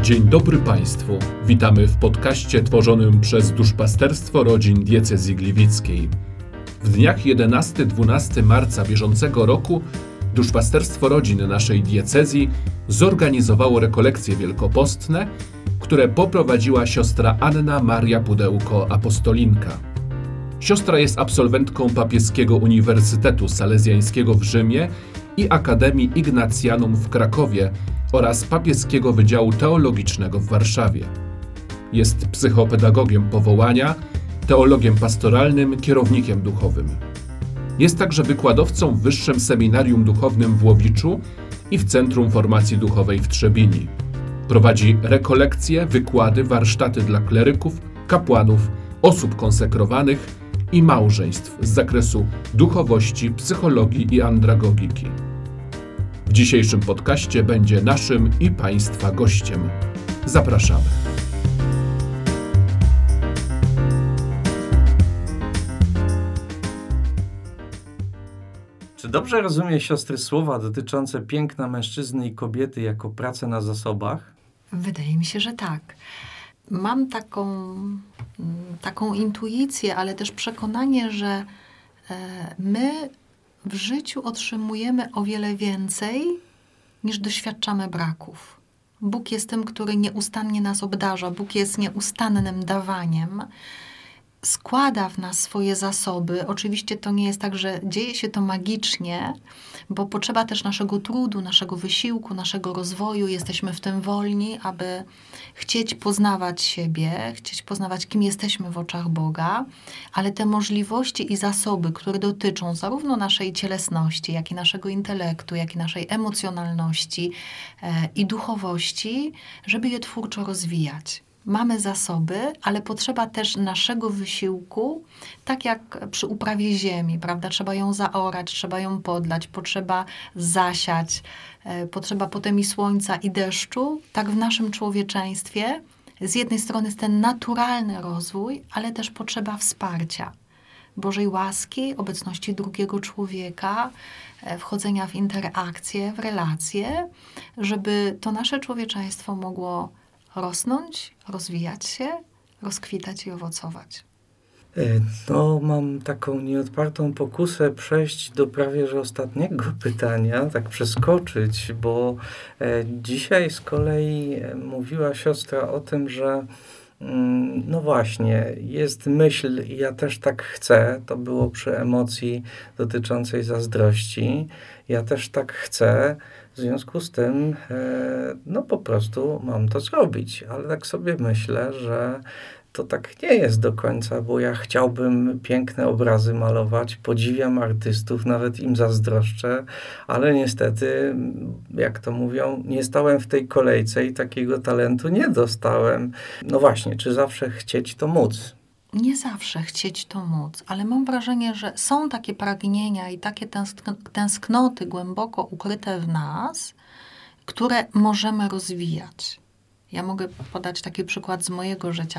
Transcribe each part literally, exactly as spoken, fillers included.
Dzień dobry Państwu. Witamy w podcaście tworzonym przez Duszpasterstwo Rodzin Diecezji Gliwickiej. W dniach jedenastego do dwunastego marca bieżącego roku Duszpasterstwo Rodzin naszej diecezji zorganizowało rekolekcje wielkopostne, które poprowadziła siostra Anna Maria Pudełko-Apostolinka. Siostra jest absolwentką Papieskiego Uniwersytetu Salezjańskiego w Rzymie i Akademii Ignatianum w Krakowie oraz Papieskiego Wydziału Teologicznego w Warszawie. Jest psychopedagogiem powołania, teologiem pastoralnym, kierownikiem duchowym. Jest także wykładowcą w Wyższym Seminarium Duchownym w Łowiczu i w Centrum Formacji Duchowej w Trzebini. Prowadzi rekolekcje, wykłady, warsztaty dla kleryków, kapłanów, osób konsekrowanych i małżeństw z zakresu duchowości, psychologii i andragogiki. W dzisiejszym podcaście będzie naszym i Państwa gościem. Zapraszamy. Czy dobrze rozumie siostry słowa dotyczące piękna mężczyzny i kobiety jako pracę na zasobach? Wydaje mi się, że tak. Mam taką, taką intuicję, ale też przekonanie, że my w życiu otrzymujemy o wiele więcej, niż doświadczamy braków. Bóg jest tym, który nieustannie nas obdarza. Bóg jest nieustannym dawaniem. Składa w nas swoje zasoby. Oczywiście to nie jest tak, że dzieje się to magicznie, bo potrzeba też naszego trudu, naszego wysiłku, naszego rozwoju. Jesteśmy w tym wolni, aby chcieć poznawać siebie, chcieć poznawać, kim jesteśmy w oczach Boga, ale te możliwości i zasoby, które dotyczą zarówno naszej cielesności, jak i naszego intelektu, jak i naszej emocjonalności e, i duchowości, żeby je twórczo rozwijać. Mamy zasoby, ale potrzeba też naszego wysiłku, tak jak przy uprawie ziemi, prawda? Trzeba ją zaorać, trzeba ją podlać, potrzeba zasiać, e, potrzeba potem i słońca, i deszczu. Tak w naszym człowieczeństwie z jednej strony jest ten naturalny rozwój, ale też potrzeba wsparcia Bożej łaski, obecności drugiego człowieka, e, wchodzenia w interakcje, w relacje, żeby to nasze człowieczeństwo mogło rosnąć, rozwijać się, rozkwitać i owocować. No, mam taką nieodpartą pokusę przejść do prawie że ostatniego pytania, tak przeskoczyć, bo e, dzisiaj z kolei mówiła siostra o tym, że mm, no właśnie, jest myśl, ja też tak chcę, to było przy emocji dotyczącej zazdrości, ja też tak chcę, w związku z tym, no po prostu mam to zrobić. Ale tak sobie myślę, że to tak nie jest do końca, bo ja chciałbym piękne obrazy malować, podziwiam artystów, nawet im zazdroszczę, ale niestety, jak to mówią, nie stałem w tej kolejce i takiego talentu nie dostałem. No właśnie, czy zawsze chcieć to móc? Nie zawsze chcieć to móc, ale mam wrażenie, że są takie pragnienia i takie tęsk- tęsknoty głęboko ukryte w nas, które możemy rozwijać. Ja mogę podać taki przykład z mojego życia.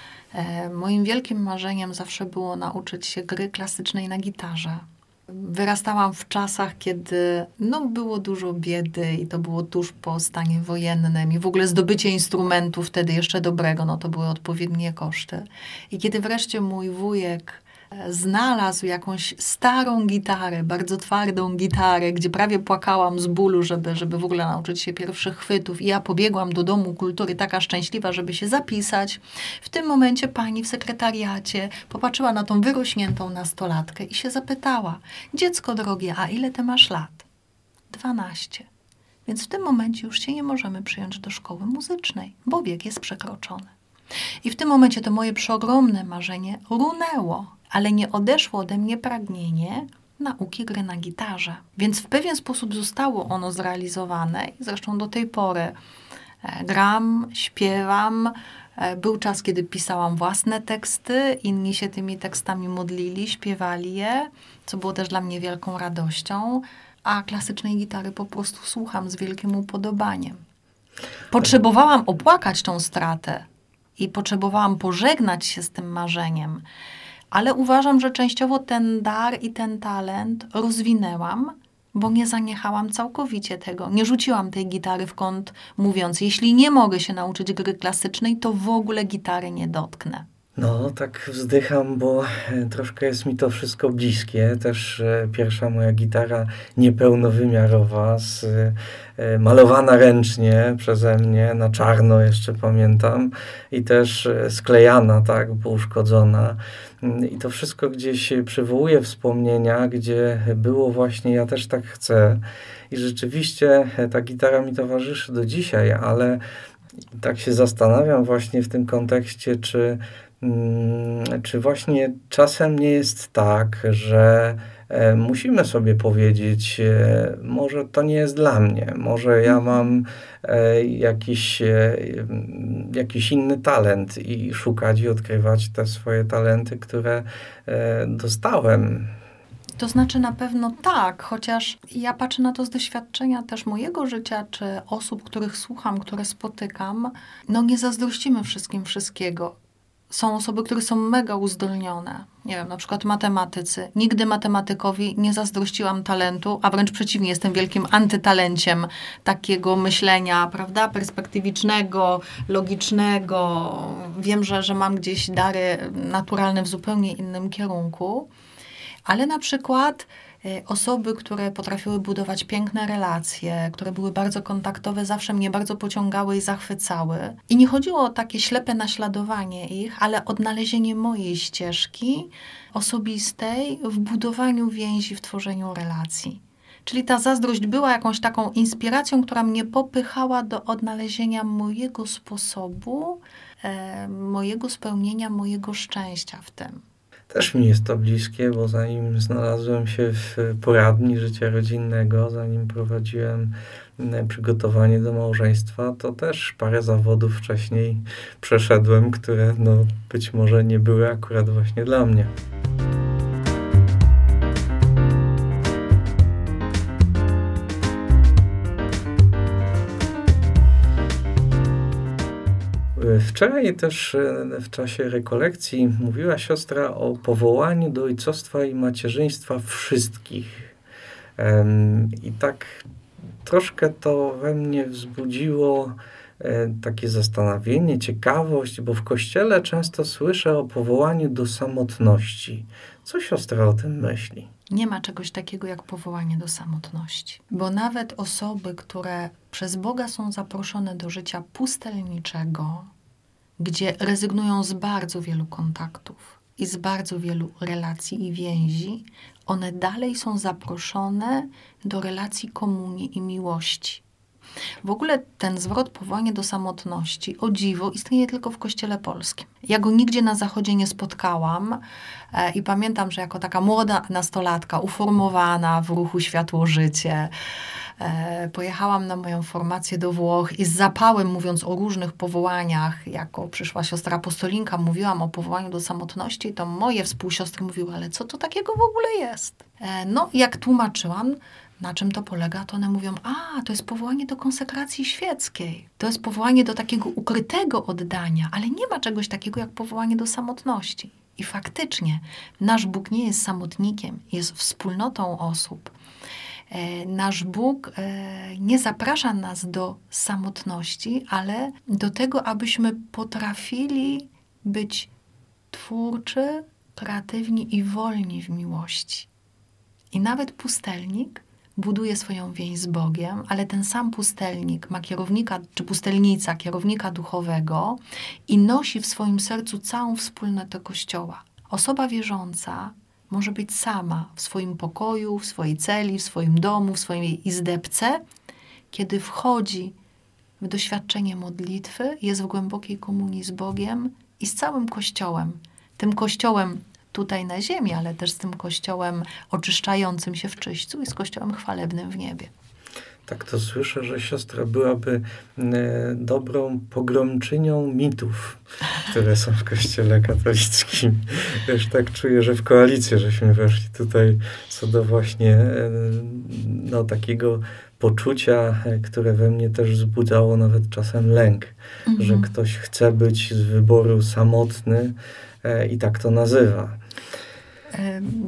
E, moim wielkim marzeniem zawsze było nauczyć się gry klasycznej na gitarze. Wyrastałam w czasach, kiedy no, było dużo biedy i to było tuż po stanie wojennym i w ogóle zdobycie instrumentu wtedy jeszcze dobrego, no to były odpowiednie koszty. I kiedy wreszcie mój wujek znalazł jakąś starą gitarę, bardzo twardą gitarę, gdzie prawie płakałam z bólu, żeby, żeby w ogóle nauczyć się pierwszych chwytów i ja pobiegłam do Domu Kultury taka szczęśliwa, żeby się zapisać. W tym momencie pani w sekretariacie popatrzyła na tą wyrośniętą nastolatkę i się zapytała: dziecko drogie, a ile ty masz lat? Dwanaście. Więc w tym momencie już się nie możemy przyjąć do szkoły muzycznej, bo wiek jest przekroczony. I w tym momencie to moje przeogromne marzenie runęło, ale nie odeszło ode mnie pragnienie nauki gry na gitarze. Więc w pewien sposób zostało ono zrealizowane i zresztą do tej pory gram, śpiewam. Był czas, kiedy pisałam własne teksty, inni się tymi tekstami modlili, śpiewali je, co było też dla mnie wielką radością, a klasycznej gitary po prostu słucham z wielkim upodobaniem. Potrzebowałam opłakać tą stratę i potrzebowałam pożegnać się z tym marzeniem, ale uważam, że częściowo ten dar i ten talent rozwinęłam bo nie zaniechałam całkowicie tego. Nie rzuciłam tej gitary w kąt, mówiąc, jeśli nie mogę się nauczyć gry klasycznej, to w ogóle gitary nie dotknę. No, tak wzdycham, bo troszkę jest mi to wszystko bliskie. Też e, pierwsza moja gitara niepełnowymiarowa, z, e, malowana ręcznie przeze mnie, na czarno jeszcze pamiętam, i też e, sklejana, tak, bo uszkodzona. I to wszystko gdzieś przywołuje wspomnienia, gdzie było właśnie ja też tak chcę. I rzeczywiście ta gitara mi towarzyszy do dzisiaj, ale tak się zastanawiam właśnie w tym kontekście, czy Czy właśnie czasem nie jest tak, że e, musimy sobie powiedzieć, e, może to nie jest dla mnie, może ja mam e, jakiś, e, jakiś inny talent i szukać i odkrywać te swoje talenty, które e, dostałem. To znaczy na pewno tak, chociaż ja patrzę na to z doświadczenia też mojego życia, czy osób, których słucham, które spotykam, no nie zazdrościmy wszystkim wszystkiego. Są osoby, które są mega uzdolnione. Nie wiem, na przykład matematycy. Nigdy matematykowi nie zazdrościłam talentu, a wręcz przeciwnie, jestem wielkim antytalenciem takiego myślenia, prawda, perspektywicznego, logicznego. Wiem, że, że mam gdzieś dary naturalne w zupełnie innym kierunku. Ale na przykład osoby, które potrafiły budować piękne relacje, które były bardzo kontaktowe, zawsze mnie bardzo pociągały i zachwycały. I nie chodziło o takie ślepe naśladowanie ich, ale odnalezienie mojej ścieżki osobistej w budowaniu więzi, w tworzeniu relacji. Czyli ta zazdrość była jakąś taką inspiracją, która mnie popychała do odnalezienia mojego sposobu, e, mojego spełnienia, mojego szczęścia w tym. Też mi jest to bliskie, bo zanim znalazłem się w poradni życia rodzinnego, zanim prowadziłem przygotowanie do małżeństwa, to też parę zawodów wcześniej przeszedłem, które no, być może nie były akurat właśnie dla mnie. Wczoraj też w czasie rekolekcji mówiła siostra o powołaniu do ojcostwa i macierzyństwa wszystkich. I tak troszkę to we mnie wzbudziło takie zastanowienie, ciekawość, bo w Kościele często słyszę o powołaniu do samotności. Co siostra o tym myśli? Nie ma czegoś takiego jak powołanie do samotności. Bo nawet osoby, które przez Boga są zaproszone do życia pustelniczego, gdzie rezygnują z bardzo wielu kontaktów i z bardzo wielu relacji i więzi, one dalej są zaproszone do relacji komunii i miłości. W ogóle ten zwrot powołanie do samotności, o dziwo, istnieje tylko w Kościele polskim. Ja go nigdzie na Zachodzie nie spotkałam e, i pamiętam, że jako taka młoda nastolatka, uformowana w ruchu Światło-Życie, e, pojechałam na moją formację do Włoch i z zapałem, mówiąc o różnych powołaniach, jako przyszła siostra apostolinka, mówiłam o powołaniu do samotności, to moje współsiostry mówiły, ale co to takiego w ogóle jest? E, no, jak tłumaczyłam, na czym to polega, to one mówią, a, to jest powołanie do konsekracji świeckiej. To jest powołanie do takiego ukrytego oddania, ale nie ma czegoś takiego jak powołanie do samotności. I faktycznie nasz Bóg nie jest samotnikiem, jest wspólnotą osób. E, nasz Bóg e, nie zaprasza nas do samotności, ale do tego, abyśmy potrafili być twórczy, kreatywni i wolni w miłości. I nawet pustelnik buduje swoją więź z Bogiem, ale ten sam pustelnik ma kierownika, czy pustelnica, kierownika duchowego i nosi w swoim sercu całą wspólnotę Kościoła. Osoba wierząca może być sama w swoim pokoju, w swojej celi, w swoim domu, w swojej izdebce, kiedy wchodzi w doświadczenie modlitwy, jest w głębokiej komunii z Bogiem i z całym Kościołem. Tym Kościołem tutaj na ziemi, ale też z tym Kościołem oczyszczającym się w czyśćcu i z Kościołem chwalebnym w niebie. Tak to słyszę, że siostra byłaby e, dobrą pogromczynią mitów, które są w Kościele katolickim. Też tak czuję, że w koalicję żeśmy weszli tutaj co do właśnie e, no, takiego poczucia, e, które we mnie też wzbudzało nawet czasem lęk, mhm. że ktoś chce być z wyboru samotny e, i tak to nazywa.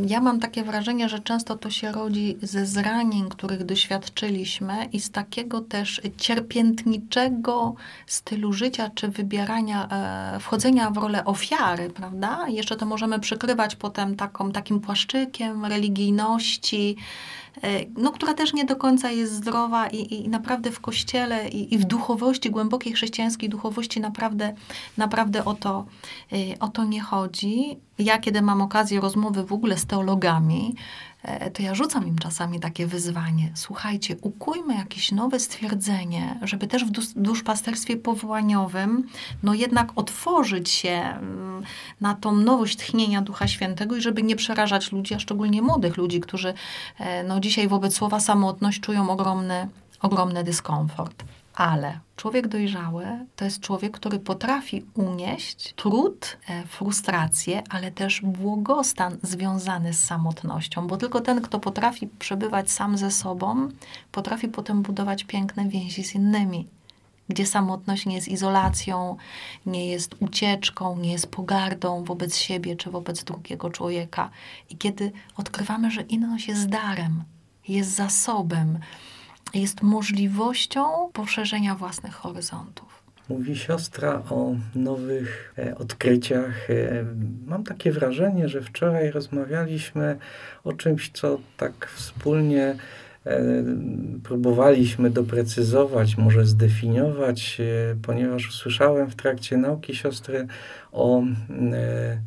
Ja mam takie wrażenie, że często to się rodzi ze zranień, których doświadczyliśmy i z takiego też cierpiętniczego stylu życia, czy wybierania, e, wchodzenia w rolę ofiary, prawda? I jeszcze to możemy przykrywać potem taką, takim płaszczykiem religijności, e, no, która też nie do końca jest zdrowa i, i naprawdę w Kościele i, i w duchowości, głębokiej chrześcijańskiej duchowości naprawdę, naprawdę o to, e, o to nie chodzi. Ja, kiedy mam okazję rozmowy w ogóle z teologami, to ja rzucam im czasami takie wyzwanie. Słuchajcie, ukujmy jakieś nowe stwierdzenie, żeby też w duszpasterstwie powołaniowym no jednak otworzyć się na tą nowość tchnienia Ducha Świętego i żeby nie przerażać ludzi, a szczególnie młodych ludzi, którzy no dzisiaj wobec słowa samotność czują ogromny, ogromny dyskomfort. Ale człowiek dojrzały to jest człowiek, który potrafi unieść trud, frustrację, ale też błogostan związany z samotnością, bo tylko ten, kto potrafi przebywać sam ze sobą, potrafi potem budować piękne więzi z innymi, gdzie samotność nie jest izolacją, nie jest ucieczką, nie jest pogardą wobec siebie czy wobec drugiego człowieka. I kiedy odkrywamy, że inność jest darem, jest zasobem, jest możliwością poszerzenia własnych horyzontów. Mówi siostra o nowych e, odkryciach. E, mam takie wrażenie, że wczoraj rozmawialiśmy o czymś, co tak wspólnie e, próbowaliśmy doprecyzować, może zdefiniować, e, ponieważ usłyszałem w trakcie nauki siostry o, e,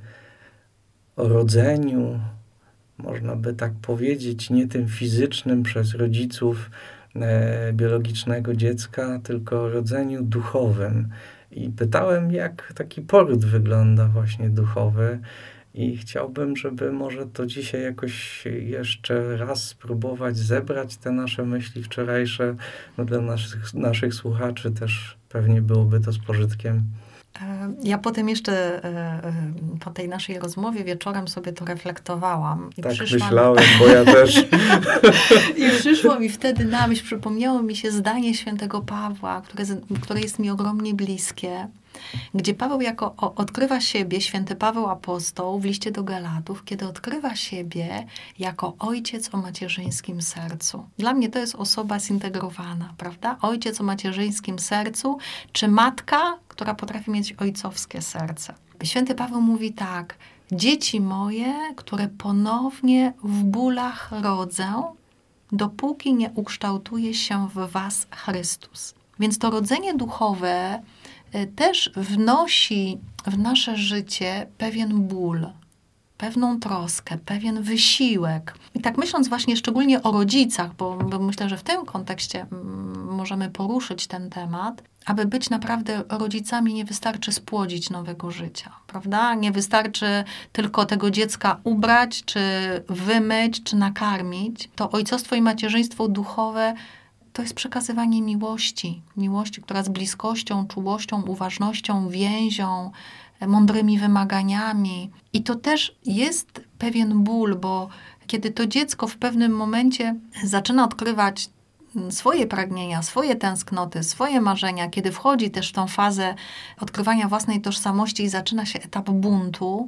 o rodzeniu, można by tak powiedzieć, nie tym fizycznym przez rodziców biologicznego dziecka, tylko o rodzeniu duchowym. I pytałem, jak taki poród wygląda właśnie duchowy i chciałbym, żeby może to dzisiaj jakoś jeszcze raz spróbować zebrać te nasze myśli wczorajsze. No dla naszych, naszych słuchaczy też pewnie byłoby to z pożytkiem. Ja potem jeszcze po tej naszej rozmowie wieczorem sobie to reflektowałam. I tak przyszłam... myślałem, bo ja też. I przyszło mi wtedy na myśl, przypomniało mi się zdanie świętego Pawła, które, które jest mi ogromnie bliskie, gdzie Paweł jako o, odkrywa siebie, święty Paweł apostoł w liście do Galatów, kiedy odkrywa siebie jako ojciec o macierzyńskim sercu. Dla mnie to jest osoba zintegrowana, prawda? Ojciec o macierzyńskim sercu, czy matka, która potrafi mieć ojcowskie serce. Święty Paweł mówi tak: dzieci moje, które ponownie w bólach rodzę, dopóki nie ukształtuje się w was Chrystus. Więc to rodzenie duchowe też wnosi w nasze życie pewien ból, pewną troskę, pewien wysiłek. I tak myśląc właśnie szczególnie o rodzicach, bo, bo myślę, że w tym kontekście możemy poruszyć ten temat, aby być naprawdę rodzicami nie wystarczy spłodzić nowego życia, prawda? Nie wystarczy tylko tego dziecka ubrać, czy wymyć, czy nakarmić. To ojcostwo i macierzyństwo duchowe to jest przekazywanie miłości. Miłości, która z bliskością, czułością, uważnością, więzią, mądrymi wymaganiami. I to też jest pewien ból, bo kiedy to dziecko w pewnym momencie zaczyna odkrywać swoje pragnienia, swoje tęsknoty, swoje marzenia, kiedy wchodzi też w tą fazę odkrywania własnej tożsamości i zaczyna się etap buntu,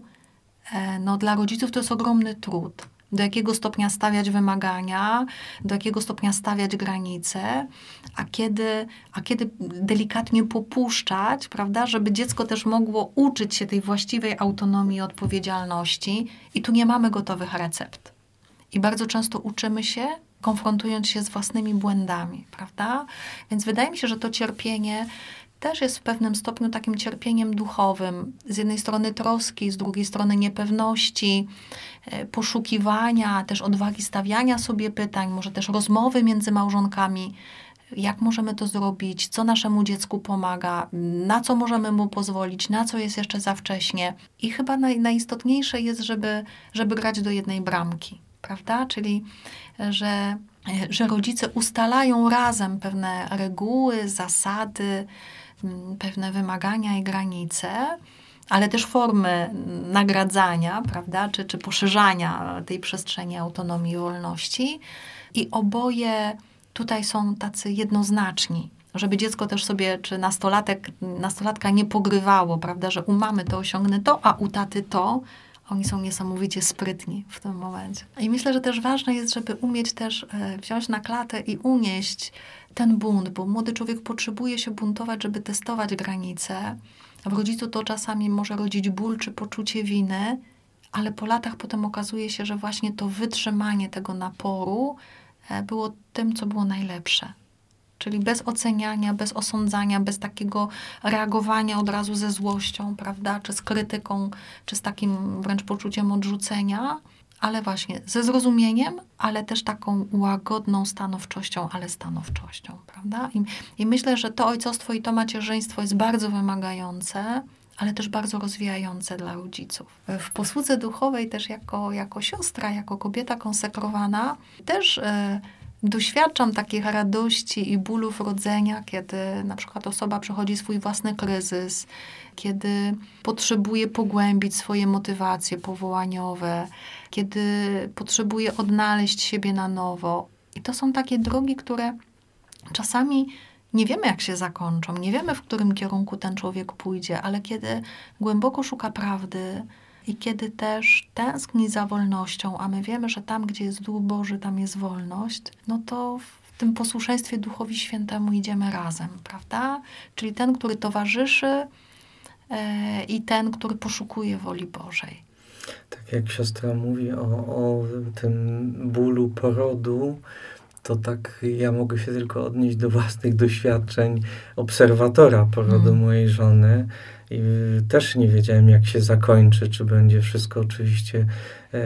no dla rodziców to jest ogromny trud. Do jakiego stopnia stawiać wymagania, do jakiego stopnia stawiać granice, a kiedy, a kiedy delikatnie popuszczać, prawda, żeby dziecko też mogło uczyć się tej właściwej autonomii i odpowiedzialności. I tu nie mamy gotowych recept. I bardzo często uczymy się, konfrontując się z własnymi błędami, prawda? Więc wydaje mi się, że to cierpienie też jest w pewnym stopniu takim cierpieniem duchowym. Z jednej strony troski, z drugiej strony niepewności, poszukiwania, też odwagi stawiania sobie pytań, może też rozmowy między małżonkami. Jak możemy to zrobić? Co naszemu dziecku pomaga? Na co możemy mu pozwolić? Na co jest jeszcze za wcześnie? I chyba naj, najistotniejsze jest, żeby, żeby grać do jednej bramki, prawda? Czyli, że, że rodzice ustalają razem pewne reguły, zasady, pewne wymagania i granice, ale też formy nagradzania, prawda, czy, czy poszerzania tej przestrzeni autonomii i wolności. I oboje tutaj są tacy jednoznaczni, żeby dziecko też sobie, czy nastolatek, nastolatka nie pogrywało, prawda, że u mamy to osiągnę to, a u taty to, Oni są niesamowicie sprytni w tym momencie. I myślę, że też ważne jest, żeby umieć też wziąć na klatę i unieść ten bunt, bo młody człowiek potrzebuje się buntować, żeby testować granice. W rodzicu to czasami może rodzić ból czy poczucie winy, ale po latach potem okazuje się, że właśnie to wytrzymanie tego naporu było tym, co było najlepsze. Czyli bez oceniania, bez osądzania, bez takiego reagowania od razu ze złością, prawda, czy z krytyką, czy z takim wręcz poczuciem odrzucenia, ale właśnie ze zrozumieniem, ale też taką łagodną stanowczością, ale stanowczością, prawda? I, i myślę, że to ojcostwo i to macierzyństwo jest bardzo wymagające, ale też bardzo rozwijające dla rodziców. W posłudze duchowej też jako, jako siostra, jako kobieta konsekrowana, też e, doświadczam takich radości i bólów rodzenia, kiedy na przykład osoba przechodzi swój własny kryzys, kiedy potrzebuje pogłębić swoje motywacje powołaniowe, kiedy potrzebuje odnaleźć siebie na nowo. I to są takie drogi, które czasami nie wiemy, jak się zakończą, nie wiemy, w którym kierunku ten człowiek pójdzie, ale kiedy głęboko szuka prawdy i kiedy też tęskni za wolnością, a my wiemy, że tam, gdzie jest Duch Boży, tam jest wolność, no to w tym posłuszeństwie Duchowi Świętemu idziemy razem, prawda? Czyli ten, który towarzyszy yy, i ten, który poszukuje woli Bożej. Tak jak siostra mówi o, o tym bólu porodu, to tak ja mogę się tylko odnieść do własnych doświadczeń obserwatora porodu hmm. mojej żony. I też nie wiedziałem, jak się zakończy, czy będzie wszystko oczywiście e,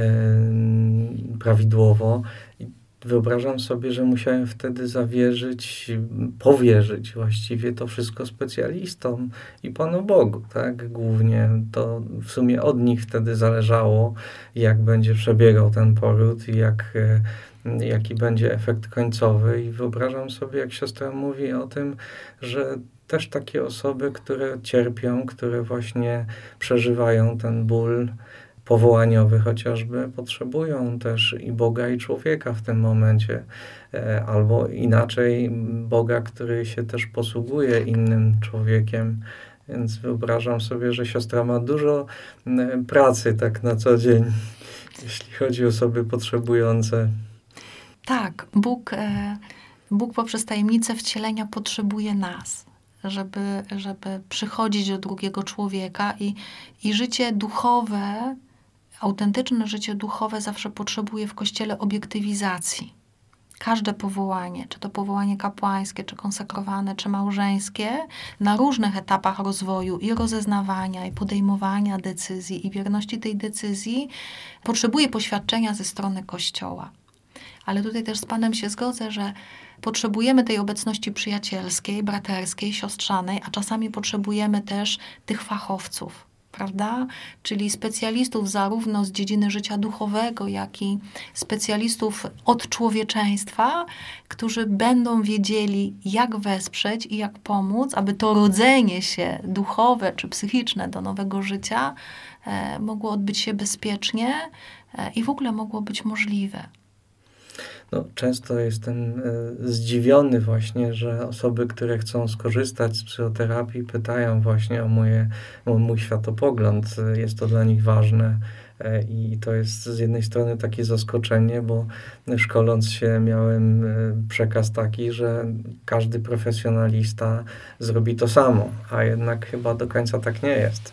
prawidłowo. I wyobrażam sobie, że musiałem wtedy zawierzyć, powierzyć właściwie to wszystko specjalistom i Panu Bogu, tak? Głównie to w sumie od nich wtedy zależało, jak będzie przebiegał ten poród i jak e, jaki będzie efekt końcowy. I wyobrażam sobie, jak siostra mówi o tym, że też takie osoby, które cierpią, które właśnie przeżywają ten ból powołaniowy chociażby, potrzebują też i Boga, i człowieka w tym momencie. Albo inaczej Boga, który się też posługuje innym człowiekiem. Więc wyobrażam sobie, że siostra ma dużo pracy tak na co dzień, jeśli chodzi o osoby potrzebujące. Tak, Bóg, Bóg poprzez tajemnicę wcielenia potrzebuje nas, żeby, żeby przychodzić do drugiego człowieka i, i życie duchowe, autentyczne życie duchowe zawsze potrzebuje w Kościele obiektywizacji. Każde powołanie, czy to powołanie kapłańskie, czy konsekrowane, czy małżeńskie, na różnych etapach rozwoju i rozeznawania, i podejmowania decyzji, i wierności tej decyzji, potrzebuje poświadczenia ze strony Kościoła. Ale tutaj też z Panem się zgodzę, że potrzebujemy tej obecności przyjacielskiej, braterskiej, siostrzanej, a czasami potrzebujemy też tych fachowców, prawda? Czyli specjalistów zarówno z dziedziny życia duchowego, jak i specjalistów od człowieczeństwa, którzy będą wiedzieli, jak wesprzeć i jak pomóc, aby to rodzenie się duchowe czy psychiczne do nowego życia e, mogło odbyć się bezpiecznie e, i w ogóle mogło być możliwe. No, często jestem e, zdziwiony właśnie, że osoby, które chcą skorzystać z psychoterapii, pytają właśnie o, moje, o mój światopogląd. Jest to dla nich ważne e, i to jest z jednej strony takie zaskoczenie, bo szkoląc się miałem e, przekaz taki, że każdy profesjonalista zrobi to samo, a jednak chyba do końca tak nie jest.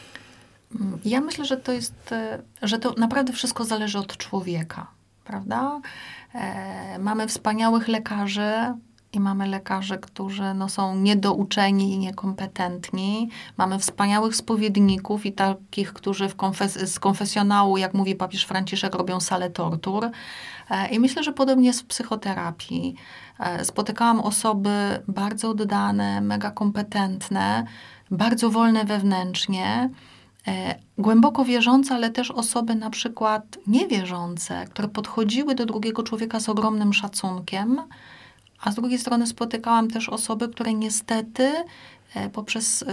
Ja myślę, że to jest, że to naprawdę wszystko zależy od człowieka, prawda? E, mamy wspaniałych lekarzy i mamy lekarzy, którzy no, są niedouczeni i niekompetentni. Mamy wspaniałych spowiedników i takich, którzy w konfes- z konfesjonału, jak mówi papież Franciszek, robią salę tortur. E, I myślę, że podobnie jest w psychoterapii. E, spotykałam osoby bardzo oddane, mega kompetentne, bardzo wolne wewnętrznie, głęboko wierzące, ale też osoby na przykład niewierzące, które podchodziły do drugiego człowieka z ogromnym szacunkiem, a z drugiej strony spotykałam też osoby, które niestety poprzez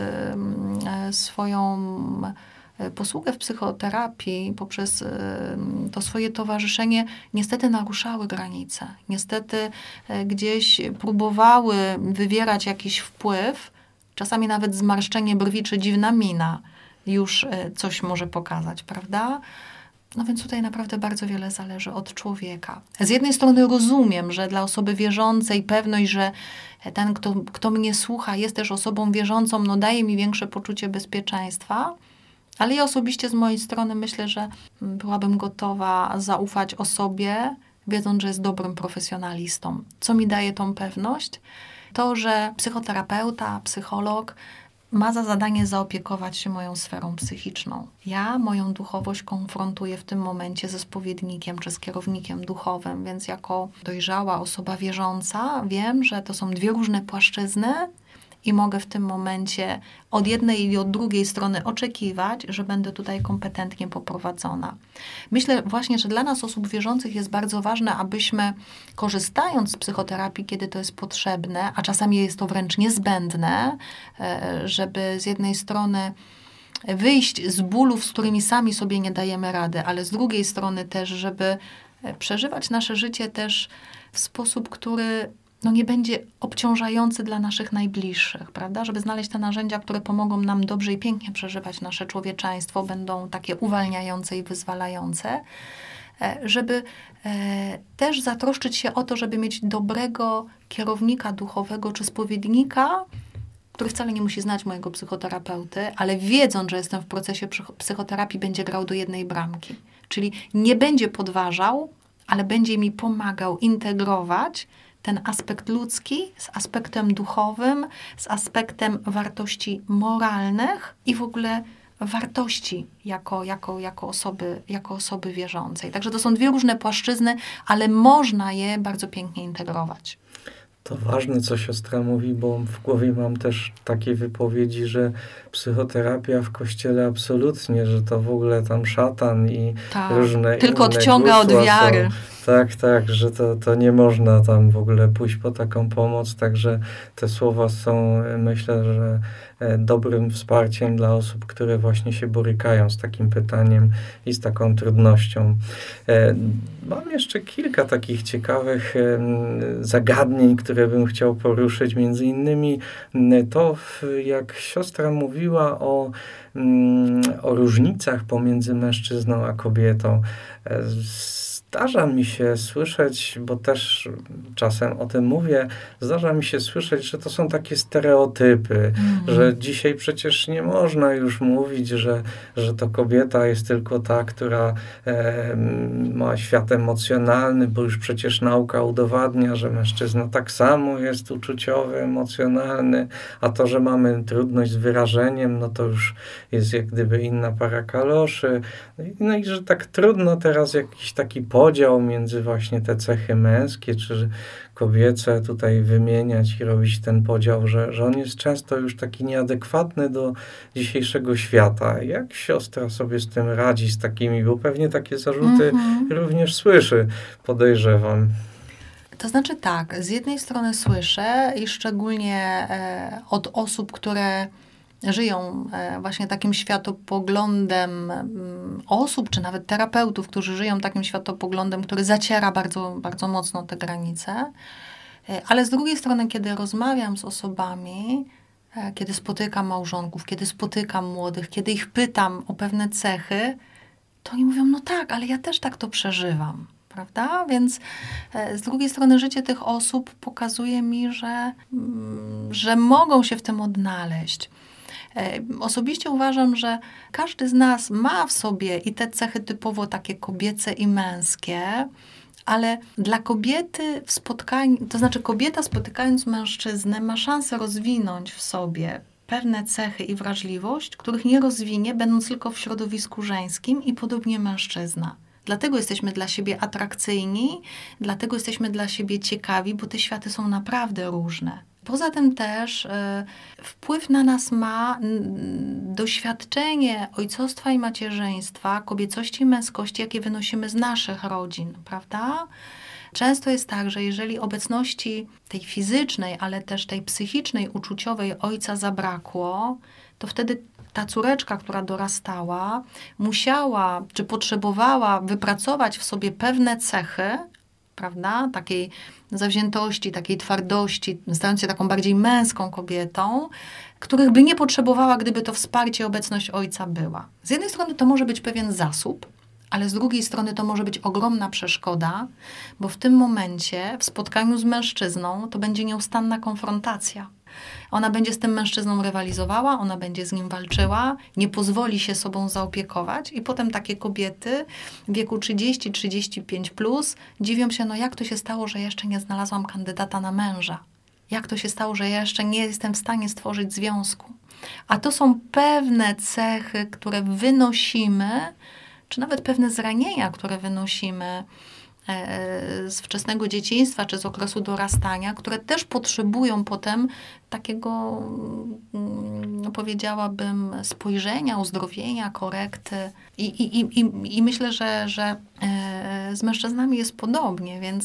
swoją posługę w psychoterapii, poprzez to swoje towarzyszenie, niestety naruszały granice. Niestety gdzieś próbowały wywierać jakiś wpływ, czasami nawet zmarszczenie brwi czy dziwna mina, już coś może pokazać, prawda? No więc tutaj naprawdę bardzo wiele zależy od człowieka. Z jednej strony rozumiem, że dla osoby wierzącej pewność, że ten, kto, kto mnie słucha, jest też osobą wierzącą, no daje mi większe poczucie bezpieczeństwa, ale ja osobiście z mojej strony myślę, że byłabym gotowa zaufać osobie, wiedząc, że jest dobrym profesjonalistą. Co mi daje tą pewność? To, że psychoterapeuta, psycholog ma za zadanie zaopiekować się moją sferą psychiczną. Ja moją duchowość konfrontuję w tym momencie ze spowiednikiem czy z kierownikiem duchowym, więc jako dojrzała osoba wierząca wiem, że to są dwie różne płaszczyzny i mogę w tym momencie od jednej i od drugiej strony oczekiwać, że będę tutaj kompetentnie poprowadzona. Myślę właśnie, że dla nas osób wierzących jest bardzo ważne, abyśmy korzystając z psychoterapii, kiedy to jest potrzebne, a czasami jest to wręcz niezbędne, żeby z jednej strony wyjść z bólów, z którymi sami sobie nie dajemy rady, ale z drugiej strony też, żeby przeżywać nasze życie też w sposób, który no nie będzie obciążający dla naszych najbliższych, prawda? Żeby znaleźć te narzędzia, które pomogą nam dobrze i pięknie przeżywać nasze człowieczeństwo, będą takie uwalniające i wyzwalające, żeby też zatroszczyć się o to, żeby mieć dobrego kierownika duchowego czy spowiednika, który wcale nie musi znać mojego psychoterapeuty, ale wiedząc, że jestem w procesie psychoterapii, będzie grał do jednej bramki. Czyli nie będzie podważał, ale będzie mi pomagał integrować ten aspekt ludzki z aspektem duchowym, z aspektem wartości moralnych i w ogóle wartości jako, jako, jako, osoby, jako osoby wierzącej. Także to są dwie różne płaszczyzny, ale można je bardzo pięknie integrować. To ważne, co siostra mówi, bo w głowie mam też takie wypowiedzi, że psychoterapia w Kościele absolutnie, że to w ogóle tam szatan i tak, różne tylko inne odciąga od wiary. Są. Tak, tak, że to, to nie można tam w ogóle pójść po taką pomoc, także te słowa są, myślę, że dobrym wsparciem dla osób, które właśnie się borykają z takim pytaniem i z taką trudnością. Mam jeszcze kilka takich ciekawych zagadnień, które bym chciał poruszyć. Między innymi to, jak siostra mówiła o, o różnicach pomiędzy mężczyzną a kobietą. Zdarza mi się słyszeć, bo też czasem o tym mówię, zdarza mi się słyszeć, że to są takie stereotypy, mm. że dzisiaj przecież nie można już mówić, że, że to kobieta jest tylko ta, która e, ma świat emocjonalny, bo już przecież nauka udowadnia, że mężczyzna tak samo jest uczuciowy, emocjonalny, a to, że mamy trudność z wyrażeniem, no to już jest jak gdyby inna para kaloszy. No i że tak trudno teraz jakiś taki podział między właśnie te cechy męskie czy kobiece tutaj wymieniać i robić ten podział, że, że on jest często już taki nieadekwatny do dzisiejszego świata. Jak siostra sobie z tym radzi, z takimi, bo pewnie takie zarzuty mm-hmm. również słyszy, podejrzewam. To znaczy tak, z jednej strony słyszę i szczególnie e, od osób, które żyją właśnie takim światopoglądem osób, czy nawet terapeutów, którzy żyją takim światopoglądem, który zaciera bardzo, bardzo mocno te granice. Ale z drugiej strony, kiedy rozmawiam z osobami, kiedy spotykam małżonków, kiedy spotykam młodych, kiedy ich pytam o pewne cechy, to oni mówią, no tak, ale ja też tak to przeżywam. Prawda? Więc z drugiej strony życie tych osób pokazuje mi, że, że mogą się w tym odnaleźć. Osobiście uważam, że każdy z nas ma w sobie i te cechy typowo takie kobiece i męskie, ale dla kobiety w spotkaniu, to znaczy kobieta spotykając mężczyznę ma szansę rozwinąć w sobie pewne cechy i wrażliwość, których nie rozwinie, będąc tylko w środowisku żeńskim i podobnie mężczyzna. Dlatego jesteśmy dla siebie atrakcyjni, dlatego jesteśmy dla siebie ciekawi, bo te światy są naprawdę różne. Poza tym też y, wpływ na nas ma n, doświadczenie ojcostwa i macierzyństwa, kobiecości i męskości, jakie wynosimy z naszych rodzin, prawda? Często jest tak, że jeżeli obecności tej fizycznej, ale też tej psychicznej, uczuciowej ojca zabrakło, to wtedy ta córeczka, która dorastała, musiała czy potrzebowała wypracować w sobie pewne cechy, prawda? Takiej zawziętości, takiej twardości, stając się taką bardziej męską kobietą, których by nie potrzebowała, gdyby to wsparcie, obecność ojca była. Z jednej strony to może być pewien zasób, ale z drugiej strony to może być ogromna przeszkoda, bo w tym momencie w spotkaniu z mężczyzną to będzie nieustanna konfrontacja. Ona będzie z tym mężczyzną rywalizowała, ona będzie z nim walczyła, nie pozwoli się sobą zaopiekować i potem takie kobiety w wieku trzydzieści trzydzieści pięć plus dziwią się, no jak to się stało, że jeszcze nie znalazłam kandydata na męża? Jak to się stało, że ja jeszcze nie jestem w stanie stworzyć związku? A to są pewne cechy, które wynosimy, czy nawet pewne zranienia, które wynosimy z wczesnego dzieciństwa, czy z okresu dorastania, które też potrzebują potem takiego, no powiedziałabym, spojrzenia, uzdrowienia, korekty. I, i, i, i myślę, że, że z mężczyznami jest podobnie, więc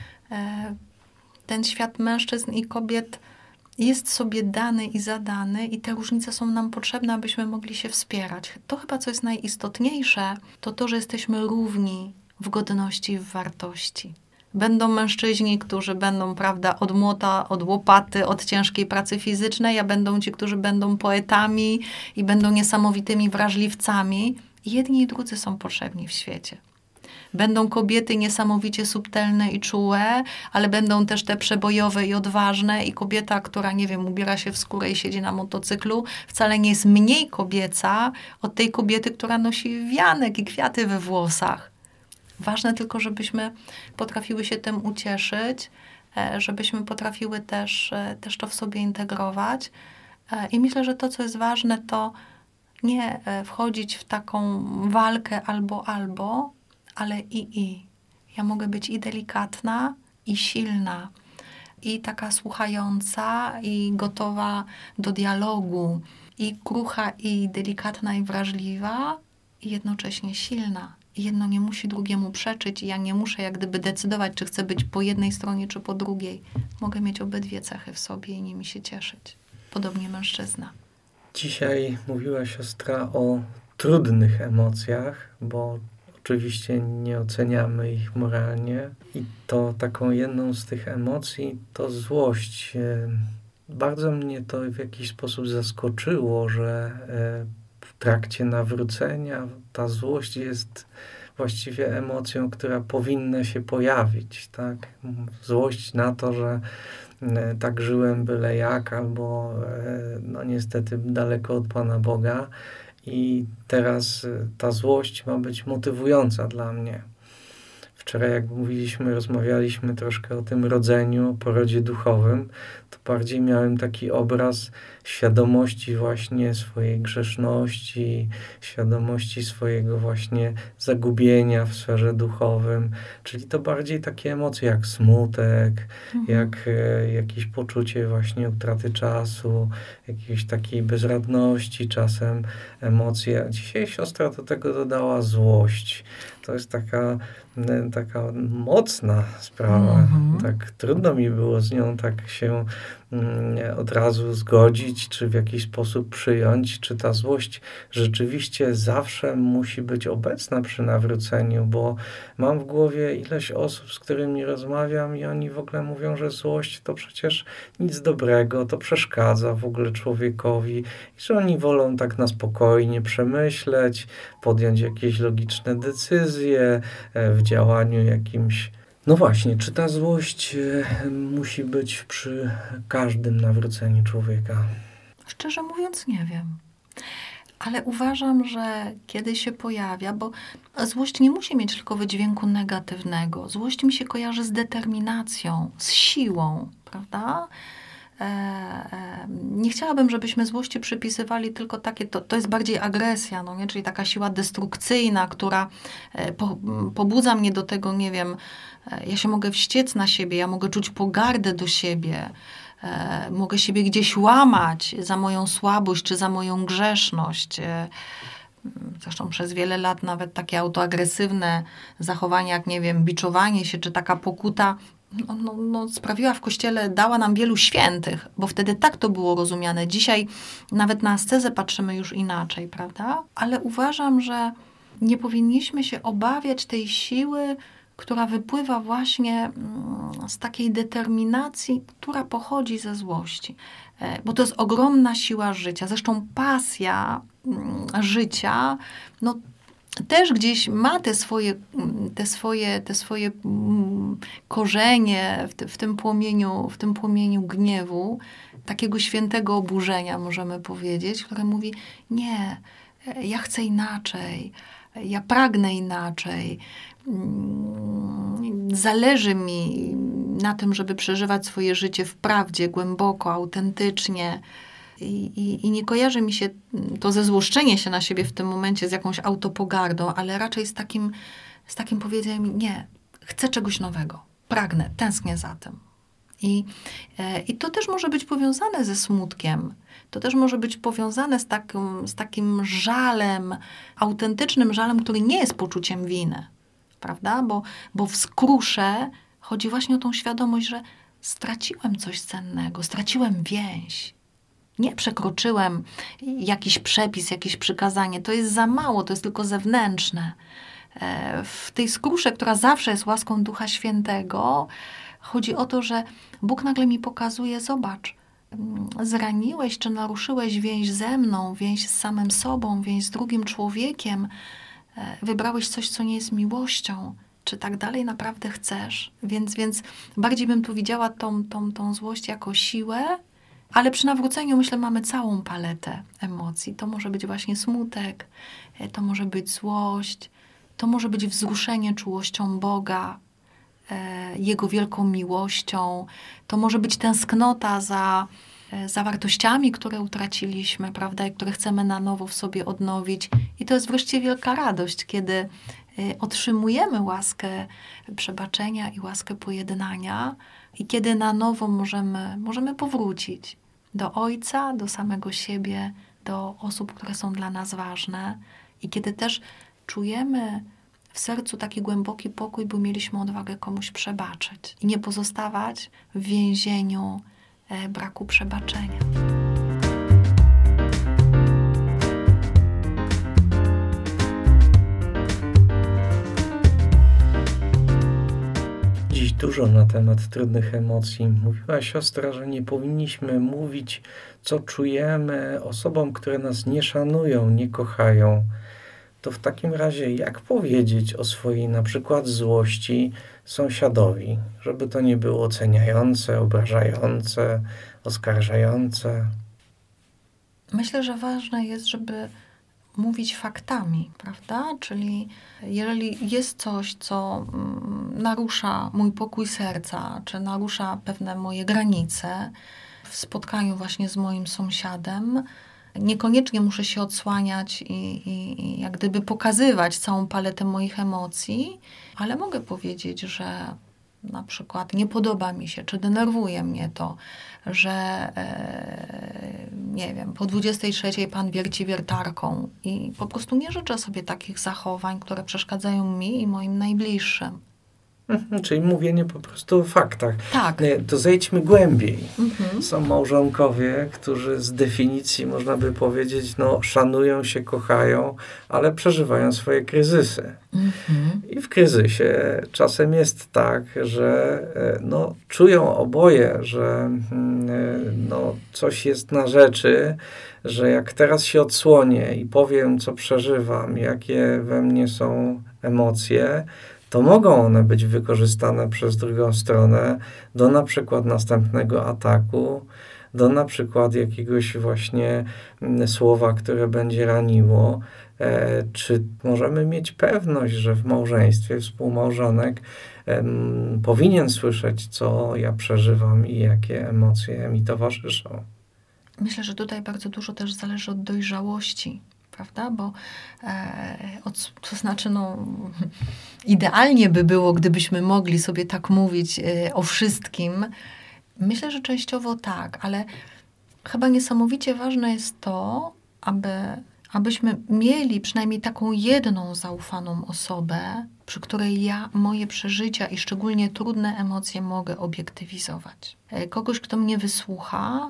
ten świat mężczyzn i kobiet jest sobie dany i zadany i te różnice są nam potrzebne, abyśmy mogli się wspierać. To chyba, co jest najistotniejsze, to to, że jesteśmy równi w godności i w wartości. Będą mężczyźni, którzy będą, prawda, od młota, od łopaty, od ciężkiej pracy fizycznej, a będą ci, którzy będą poetami i będą niesamowitymi wrażliwcami. Jedni i drudzy są potrzebni w świecie. Będą kobiety niesamowicie subtelne i czułe, ale będą też te przebojowe i odważne i kobieta, która, nie wiem, ubiera się w skórę i siedzi na motocyklu, wcale nie jest mniej kobieca od tej kobiety, która nosi wianek i kwiaty we włosach. Ważne tylko, żebyśmy potrafiły się tym ucieszyć, żebyśmy potrafiły też, też to w sobie integrować. I myślę, że to, co jest ważne, to nie wchodzić w taką walkę albo, albo, ale i, i. Ja mogę być i delikatna, i silna, i taka słuchająca, i gotowa do dialogu, i krucha, i delikatna, i wrażliwa, i jednocześnie silna. I jedno nie musi drugiemu przeczyć i ja nie muszę jak gdyby decydować, czy chcę być po jednej stronie, czy po drugiej. Mogę mieć obydwie cechy w sobie i nimi się cieszyć. Podobnie mężczyzna. Dzisiaj mówiła siostra o trudnych emocjach, bo oczywiście nie oceniamy ich moralnie. I to taką jedną z tych emocji to złość. Bardzo mnie to w jakiś sposób zaskoczyło, że w trakcie nawrócenia ta złość jest właściwie emocją, która powinna się pojawić, tak? Złość na to, że tak żyłem byle jak, albo no niestety daleko od Pana Boga i teraz ta złość ma być motywująca dla mnie. Wczoraj, jak mówiliśmy, rozmawialiśmy troszkę o tym rodzeniu, o porodzie duchowym, to bardziej miałem taki obraz świadomości właśnie swojej grzeszności, świadomości swojego właśnie zagubienia w sferze duchowym, czyli to bardziej takie emocje jak smutek, mhm. jak e, jakieś poczucie właśnie utraty czasu, jakiejś takiej bezradności, czasem emocje. A dzisiaj siostra do tego dodała złość. To jest taka taka mocna sprawa. Mm-hmm. Tak trudno mi było z nią tak się mm, od razu zgodzić, czy w jakiś sposób przyjąć, czy ta złość rzeczywiście zawsze musi być obecna przy nawróceniu, bo mam w głowie ileś osób, z którymi rozmawiam i oni w ogóle mówią, że złość to przecież nic dobrego, to przeszkadza w ogóle człowiekowi i że oni wolą tak na spokojnie przemyśleć, podjąć jakieś logiczne decyzje w działaniu jakimś. No właśnie, czy ta złość e, musi być przy każdym nawróceniu człowieka? Szczerze mówiąc nie wiem. Ale uważam, że kiedy się pojawia, bo złość nie musi mieć tylko wydźwięku negatywnego. Złość mi się kojarzy z determinacją, z siłą, prawda? Nie chciałabym, żebyśmy złości przypisywali tylko takie, to, to jest bardziej agresja, no nie? Czyli taka siła destrukcyjna, która po, pobudza mnie do tego, nie wiem, ja się mogę wściec na siebie, ja mogę czuć pogardę do siebie, mogę siebie gdzieś łamać za moją słabość czy za moją grzeszność. Zresztą przez wiele lat nawet takie autoagresywne zachowania, jak nie wiem, biczowanie się czy taka pokuta, No, no, no, sprawiła w Kościele, dała nam wielu świętych, bo wtedy tak to było rozumiane. Dzisiaj nawet na ascezę patrzymy już inaczej, prawda? Ale uważam, że nie powinniśmy się obawiać tej siły, która wypływa właśnie z takiej determinacji, która pochodzi ze złości. Bo to jest ogromna siła życia. Zresztą pasja życia, no też gdzieś ma te swoje, te swoje, te swoje korzenie w, te, w, tym płomieniu, w tym płomieniu gniewu, takiego świętego oburzenia, możemy powiedzieć, które mówi, nie, ja chcę inaczej, ja pragnę inaczej, zależy mi na tym, żeby przeżywać swoje życie w prawdzie, głęboko, autentycznie. I, i, I nie kojarzy mi się to zezłoszczenie się na siebie w tym momencie z jakąś autopogardą, ale raczej z takim, z takim powiedzeniem, nie, chcę czegoś nowego, pragnę, tęsknię za tym. I, e, I to też może być powiązane ze smutkiem. To też może być powiązane z takim, z takim żalem, autentycznym żalem, który nie jest poczuciem winy. Prawda? Bo, bo w skrusze chodzi właśnie o tą świadomość, że straciłem coś cennego, straciłem więź. Nie przekroczyłem jakiś przepis, jakieś przykazanie. To jest za mało, to jest tylko zewnętrzne. W tej skrusze, która zawsze jest łaską Ducha Świętego, chodzi o to, że Bóg nagle mi pokazuje, zobacz, zraniłeś czy naruszyłeś więź ze mną, więź z samym sobą, więź z drugim człowiekiem, wybrałeś coś, co nie jest miłością. Czy tak dalej naprawdę chcesz? Więc, więc bardziej bym tu widziała tą, tą, tą złość jako siłę, ale przy nawróceniu, myślę, mamy całą paletę emocji. To może być właśnie smutek, to może być złość, to może być wzruszenie czułością Boga, Jego wielką miłością. To może być tęsknota za, za wartościami, które utraciliśmy, prawda, i które chcemy na nowo w sobie odnowić. I to jest wreszcie wielka radość, kiedy otrzymujemy łaskę przebaczenia i łaskę pojednania i kiedy na nowo możemy, możemy powrócić do Ojca, do samego siebie, do osób, które są dla nas ważne i kiedy też czujemy w sercu taki głęboki pokój, bo mieliśmy odwagę komuś przebaczyć i nie pozostawać w więzieniu braku przebaczenia. Dziś dużo na temat trudnych emocji. Mówiła siostra, że nie powinniśmy mówić, co czujemy osobom, które nas nie szanują, nie kochają. To w takim razie jak powiedzieć o swojej na przykład złości sąsiadowi, żeby to nie było oceniające, obrażające, oskarżające? Myślę, że ważne jest, żeby mówić faktami, prawda? Czyli jeżeli jest coś, co narusza mój pokój serca, czy narusza pewne moje granice w spotkaniu właśnie z moim sąsiadem, niekoniecznie muszę się odsłaniać i, i, i jak gdyby pokazywać całą paletę moich emocji, ale mogę powiedzieć, że na przykład nie podoba mi się, czy denerwuje mnie to, że e, nie wiem, po dwudziestej trzeciej pan wierci wiertarką i po prostu nie życzę sobie takich zachowań, które przeszkadzają mi i moim najbliższym. Mhm, czyli mówienie po prostu o faktach. Tak. Nie, to zejdźmy głębiej. Mhm. Są małżonkowie, którzy z definicji, można by powiedzieć, no, szanują się, kochają, ale przeżywają swoje kryzysy. Mhm. I w kryzysie czasem jest tak, że no, czują oboje, że no, coś jest na rzeczy, że jak teraz się odsłonię i powiem, co przeżywam, jakie we mnie są emocje, to mogą one być wykorzystane przez drugą stronę do na przykład następnego ataku, do na przykład jakiegoś właśnie słowa, które będzie raniło. E, czy możemy mieć pewność, że w małżeństwie współmałżonek e, m, powinien słyszeć, co ja przeżywam i jakie emocje mi towarzyszą? Myślę, że tutaj bardzo dużo też zależy od dojrzałości, prawda? Bo e, od, to znaczy, no, idealnie by było, gdybyśmy mogli sobie tak mówić e, o wszystkim. Myślę, że częściowo tak, ale chyba niesamowicie ważne jest to, aby, abyśmy mieli przynajmniej taką jedną zaufaną osobę, przy której ja moje przeżycia i szczególnie trudne emocje mogę obiektywizować. E, kogoś, kto mnie wysłucha,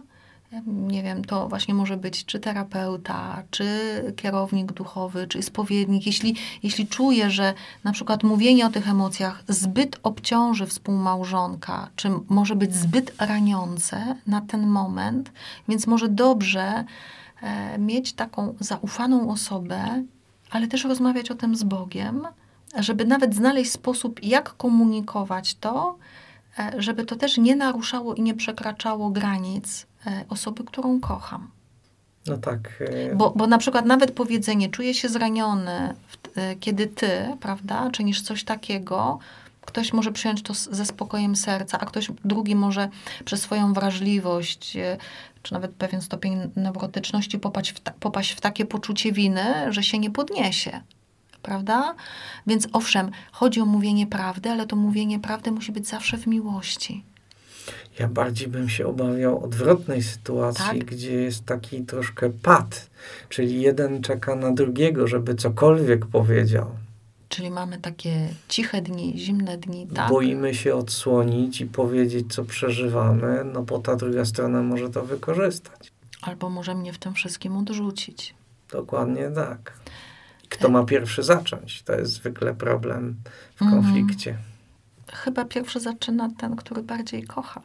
Nie wiem, to właśnie może być czy terapeuta, czy kierownik duchowy, czy spowiednik. Jeśli, jeśli czuje, że na przykład mówienie o tych emocjach zbyt obciąży współmałżonka, czy może być zbyt raniące na ten moment, więc może dobrze e, mieć taką zaufaną osobę, ale też rozmawiać o tym z Bogiem, żeby nawet znaleźć sposób, jak komunikować to, e, żeby to też nie naruszało i nie przekraczało granic osoby, którą kocham. No tak. Bo, bo na przykład nawet powiedzenie, czuję się zraniony, kiedy ty, prawda, czynisz coś takiego, ktoś może przyjąć to ze spokojem serca, a ktoś drugi może przez swoją wrażliwość, czy nawet pewien stopień neurotyczności popaść w, ta, popaść w takie poczucie winy, że się nie podniesie. Prawda? Więc owszem, chodzi o mówienie prawdy, ale to mówienie prawdy musi być zawsze w miłości. Ja bardziej bym się obawiał odwrotnej sytuacji, tak? Gdzie jest taki troszkę pad, czyli jeden czeka na drugiego, żeby cokolwiek powiedział. Czyli mamy takie ciche dni, zimne dni, tak? Boimy się odsłonić i powiedzieć, co przeżywamy, no bo ta druga strona może to wykorzystać. Albo może mnie w tym wszystkim odrzucić. Dokładnie tak. Kto ma pierwszy zacząć? To jest zwykle problem w konflikcie. Chyba pierwszy zaczyna ten, który bardziej kocha.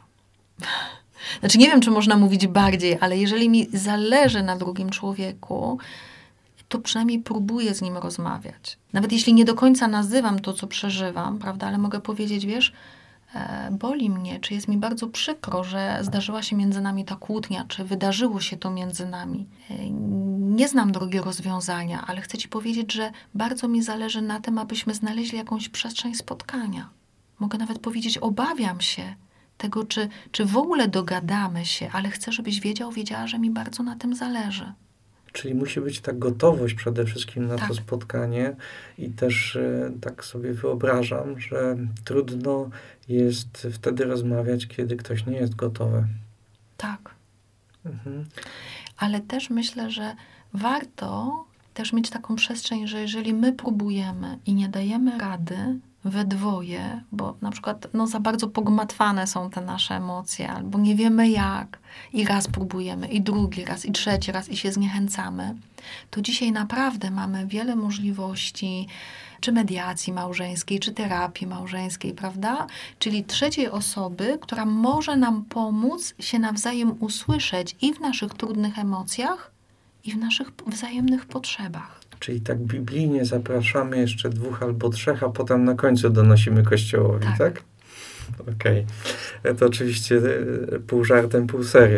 Znaczy nie wiem, czy można mówić bardziej, ale jeżeli mi zależy na drugim człowieku, to przynajmniej próbuję z nim rozmawiać. Nawet jeśli nie do końca nazywam to, co przeżywam, prawda, ale mogę powiedzieć, wiesz, e, boli mnie, czy jest mi bardzo przykro, że zdarzyła się między nami ta kłótnia, czy wydarzyło się to między nami. E, nie znam drugiego rozwiązania, ale chcę ci powiedzieć, że bardzo mi zależy na tym, abyśmy znaleźli jakąś przestrzeń spotkania. Mogę nawet powiedzieć, obawiam się tego, czy, czy w ogóle dogadamy się, ale chcę, żebyś wiedział, wiedziała, że mi bardzo na tym zależy. Czyli musi być ta gotowość przede wszystkim na tak. to spotkanie i też e, tak sobie wyobrażam, że trudno jest wtedy rozmawiać, kiedy ktoś nie jest gotowy. Tak. Mhm. Ale też myślę, że warto też mieć taką przestrzeń, że jeżeli my próbujemy i nie dajemy rady we dwoje, bo na przykład no, za bardzo pogmatwane są te nasze emocje, albo nie wiemy jak, i raz próbujemy, i drugi raz, i trzeci raz, i się zniechęcamy, to dzisiaj naprawdę mamy wiele możliwości, czy mediacji małżeńskiej, czy terapii małżeńskiej, prawda? Czyli trzeciej osoby, która może nam pomóc się nawzajem usłyszeć i w naszych trudnych emocjach, i w naszych wzajemnych potrzebach. Czyli tak biblijnie zapraszamy jeszcze dwóch albo trzech, a potem na końcu donosimy Kościołowi, tak? tak? Okej. Okay. To oczywiście pół żartem, pół serio.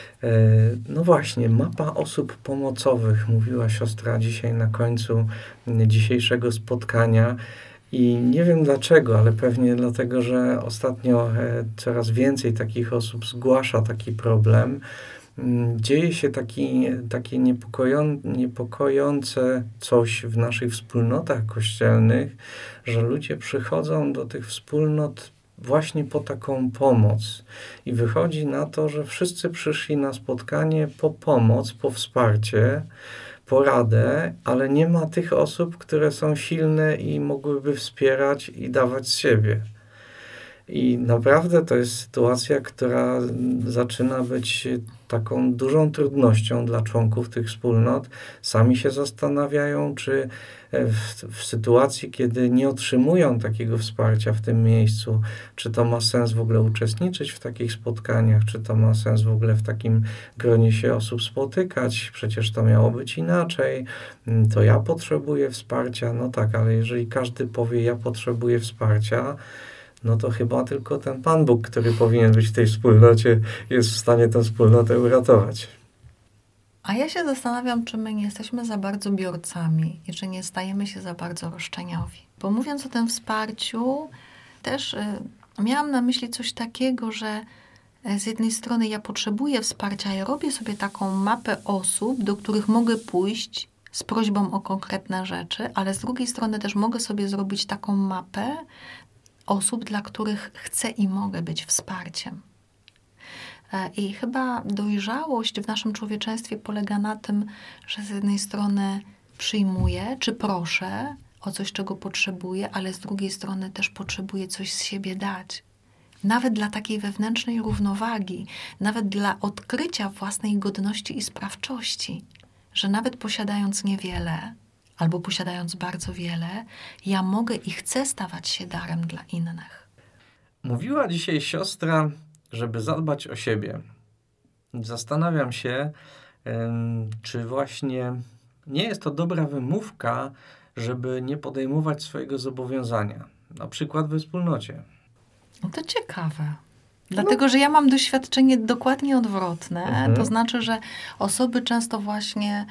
No właśnie, mapa osób pomocowych, mówiła siostra dzisiaj na końcu dzisiejszego spotkania. I nie wiem dlaczego, ale pewnie dlatego, że ostatnio coraz więcej takich osób zgłasza taki problem. Dzieje się taki, takie niepokoją, niepokojące coś w naszych wspólnotach kościelnych, że ludzie przychodzą do tych wspólnot właśnie po taką pomoc. I wychodzi na to, że wszyscy przyszli na spotkanie po pomoc, po wsparcie, po radę, ale nie ma tych osób, które są silne i mogłyby wspierać i dawać z siebie. I naprawdę to jest sytuacja, która zaczyna być taką dużą trudnością dla członków tych wspólnot. Sami się zastanawiają, czy w, w sytuacji, kiedy nie otrzymują takiego wsparcia w tym miejscu, czy to ma sens w ogóle uczestniczyć w takich spotkaniach, czy to ma sens w ogóle w takim gronie się osób spotykać. Przecież to miało być inaczej. To ja potrzebuję wsparcia. No tak, ale jeżeli każdy powie, ja potrzebuję wsparcia, no to chyba tylko ten Pan Bóg, który powinien być w tej wspólnocie, jest w stanie tę wspólnotę uratować. A ja się zastanawiam, czy my nie jesteśmy za bardzo biorcami i czy nie stajemy się za bardzo roszczeniowi. Bo mówiąc o tym wsparciu, też y, miałam na myśli coś takiego, że z jednej strony ja potrzebuję wsparcia, ja robię sobie taką mapę osób, do których mogę pójść z prośbą o konkretne rzeczy, ale z drugiej strony też mogę sobie zrobić taką mapę osób, dla których chcę i mogę być wsparciem. I chyba dojrzałość w naszym człowieczeństwie polega na tym, że z jednej strony przyjmuję, czy proszę o coś, czego potrzebuję, ale z drugiej strony też potrzebuję coś z siebie dać. Nawet dla takiej wewnętrznej równowagi, nawet dla odkrycia własnej godności i sprawczości, że nawet posiadając niewiele albo posiadając bardzo wiele, ja mogę i chcę stawać się darem dla innych. Mówiła dzisiaj siostra, żeby zadbać o siebie. Zastanawiam się, czy właśnie nie jest to dobra wymówka, żeby nie podejmować swojego zobowiązania, na przykład we wspólnocie. No to ciekawe. Dlatego, że ja mam doświadczenie dokładnie odwrotne. Mhm. To znaczy, że osoby często właśnie,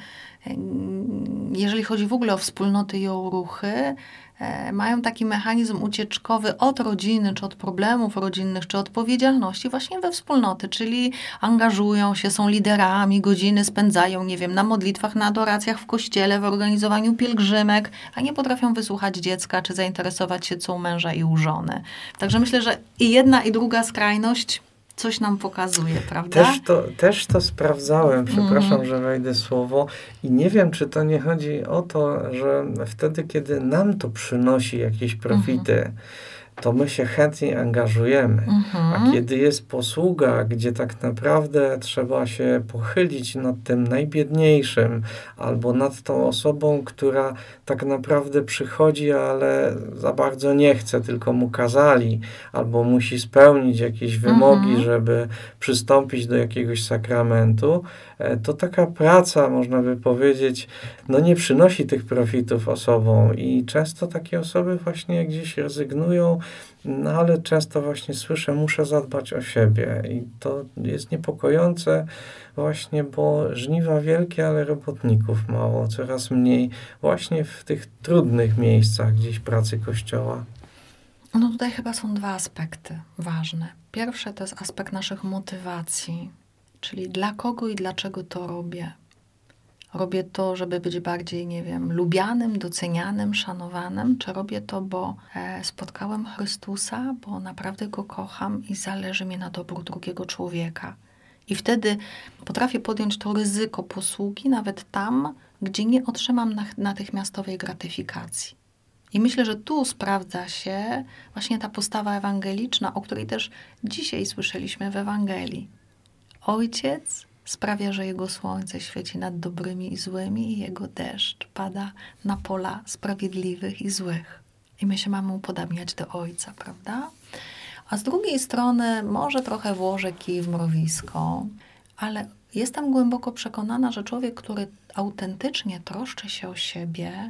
jeżeli chodzi w ogóle o wspólnoty i o ruchy, mają taki mechanizm ucieczkowy od rodziny, czy od problemów rodzinnych, czy odpowiedzialności właśnie we wspólnoty, czyli angażują się, są liderami, godziny spędzają, nie wiem, na modlitwach, na adoracjach w kościele, w organizowaniu pielgrzymek, a nie potrafią wysłuchać dziecka, czy zainteresować się, co u męża i u żony. Także myślę, że i jedna, i druga skrajność coś nam pokazuje, prawda? Też to, też to sprawdzałem, przepraszam, mm. że wejdę słowo i nie wiem, czy to nie chodzi o to, że wtedy, kiedy nam to przynosi jakieś profity, mm. to my się chętnie angażujemy. Mm-hmm. A kiedy jest posługa, gdzie tak naprawdę trzeba się pochylić nad tym najbiedniejszym albo nad tą osobą, która tak naprawdę przychodzi, ale za bardzo nie chce, tylko mu kazali, albo musi spełnić jakieś wymogi, mm-hmm. żeby przystąpić do jakiegoś sakramentu, to taka praca, można by powiedzieć, no nie przynosi tych profitów osobom i często takie osoby właśnie gdzieś rezygnują, no ale często właśnie słyszę, muszę zadbać o siebie i to jest niepokojące właśnie, bo żniwa wielkie, ale robotników mało, coraz mniej właśnie w tych trudnych miejscach gdzieś pracy Kościoła. No tutaj chyba są dwa aspekty ważne. Pierwsze to jest aspekt naszych motywacji, czyli dla kogo i dlaczego to robię. Robię to, żeby być bardziej, nie wiem, lubianym, docenianym, szanowanym, czy robię to, bo e, spotkałem Chrystusa, bo naprawdę Go kocham i zależy mi na dobru drugiego człowieka. I wtedy potrafię podjąć to ryzyko posługi nawet tam, gdzie nie otrzymam natychmiastowej gratyfikacji. I myślę, że tu sprawdza się właśnie ta postawa ewangeliczna, o której też dzisiaj słyszeliśmy w Ewangelii. Ojciec sprawia, że Jego słońce świeci nad dobrymi i złymi i Jego deszcz pada na pola sprawiedliwych i złych. I my się mamy upodabniać do Ojca, prawda? A z drugiej strony może trochę włożę kij w mrowisko, ale jestem głęboko przekonana, że człowiek, który autentycznie troszczy się o siebie,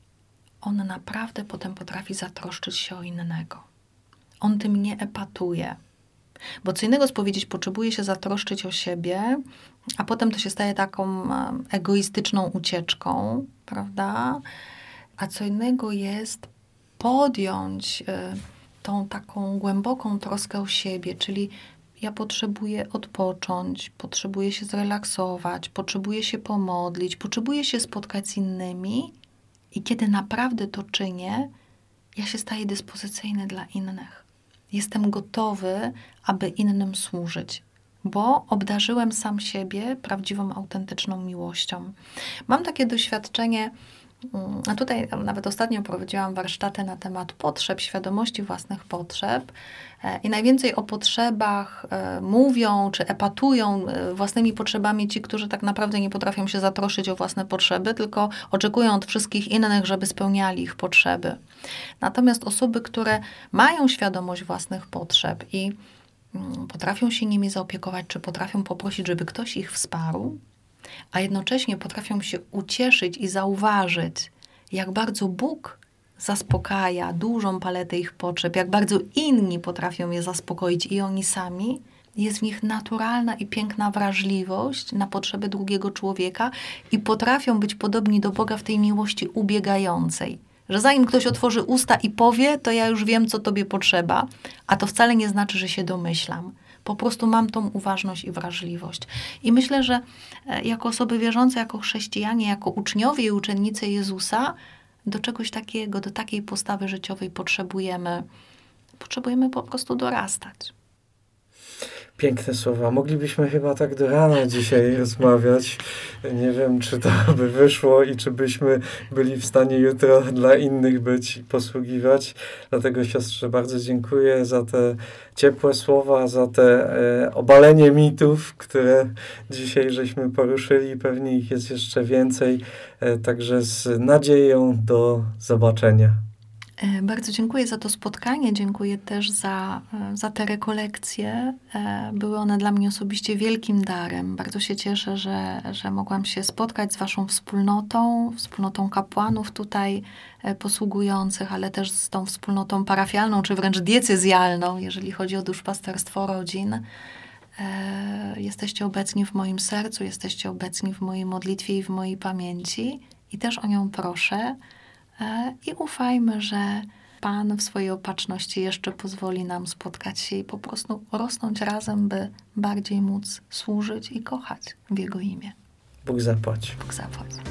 on naprawdę potem potrafi zatroszczyć się o innego. On tym nie epatuje. Bo co innego jest powiedzieć, potrzebuję się zatroszczyć o siebie, a potem to się staje taką egoistyczną ucieczką, prawda? A co innego jest podjąć tą taką głęboką troskę o siebie, czyli ja potrzebuję odpocząć, potrzebuję się zrelaksować, potrzebuję się pomodlić, potrzebuję się spotkać z innymi i kiedy naprawdę to czynię, ja się staję dyspozycyjny dla innych. Jestem gotowy, aby innym służyć, bo obdarzyłem sam siebie prawdziwą, autentyczną miłością. Mam takie doświadczenie, a tutaj nawet ostatnio prowadziłam warsztaty na temat potrzeb, świadomości własnych potrzeb i najwięcej o potrzebach mówią, czy epatują własnymi potrzebami ci, którzy tak naprawdę nie potrafią się zatroszczyć o własne potrzeby, tylko oczekują od wszystkich innych, żeby spełniali ich potrzeby. Natomiast osoby, które mają świadomość własnych potrzeb i potrafią się nimi zaopiekować, czy potrafią poprosić, żeby ktoś ich wsparł, a jednocześnie potrafią się ucieszyć i zauważyć, jak bardzo Bóg zaspokaja dużą paletę ich potrzeb, jak bardzo inni potrafią je zaspokoić i oni sami, jest w nich naturalna i piękna wrażliwość na potrzeby drugiego człowieka i potrafią być podobni do Boga w tej miłości ubiegającej. Że zanim ktoś otworzy usta i powie, to ja już wiem, co tobie potrzeba, a to wcale nie znaczy, że się domyślam. Po prostu mam tą uważność i wrażliwość. I myślę, że jako osoby wierzące, jako chrześcijanie, jako uczniowie i uczennice Jezusa, do czegoś takiego, do takiej postawy życiowej potrzebujemy, potrzebujemy po prostu dorastać. Piękne słowa. Moglibyśmy chyba tak do rana dzisiaj rozmawiać. Nie wiem, czy to by wyszło i czy byśmy byli w stanie jutro dla innych być i posługiwać. Dlatego siostrze bardzo dziękuję za te ciepłe słowa, za te e, obalenie mitów, które dzisiaj żeśmy poruszyli. Pewnie ich jest jeszcze więcej. E, także z nadzieją do zobaczenia. Bardzo dziękuję za to spotkanie, dziękuję też za, za te rekolekcje. Były one dla mnie osobiście wielkim darem. Bardzo się cieszę, że, że mogłam się spotkać z waszą wspólnotą, wspólnotą kapłanów tutaj posługujących, ale też z tą wspólnotą parafialną, czy wręcz diecezjalną, jeżeli chodzi o duszpasterstwo rodzin. Jesteście obecni w moim sercu, jesteście obecni w mojej modlitwie i w mojej pamięci i też o nią proszę. I ufajmy, że Pan w swojej opatrzności jeszcze pozwoli nam spotkać się i po prostu rosnąć razem, by bardziej móc służyć i kochać w Jego imię. Bóg zapłać. Bóg zapłać.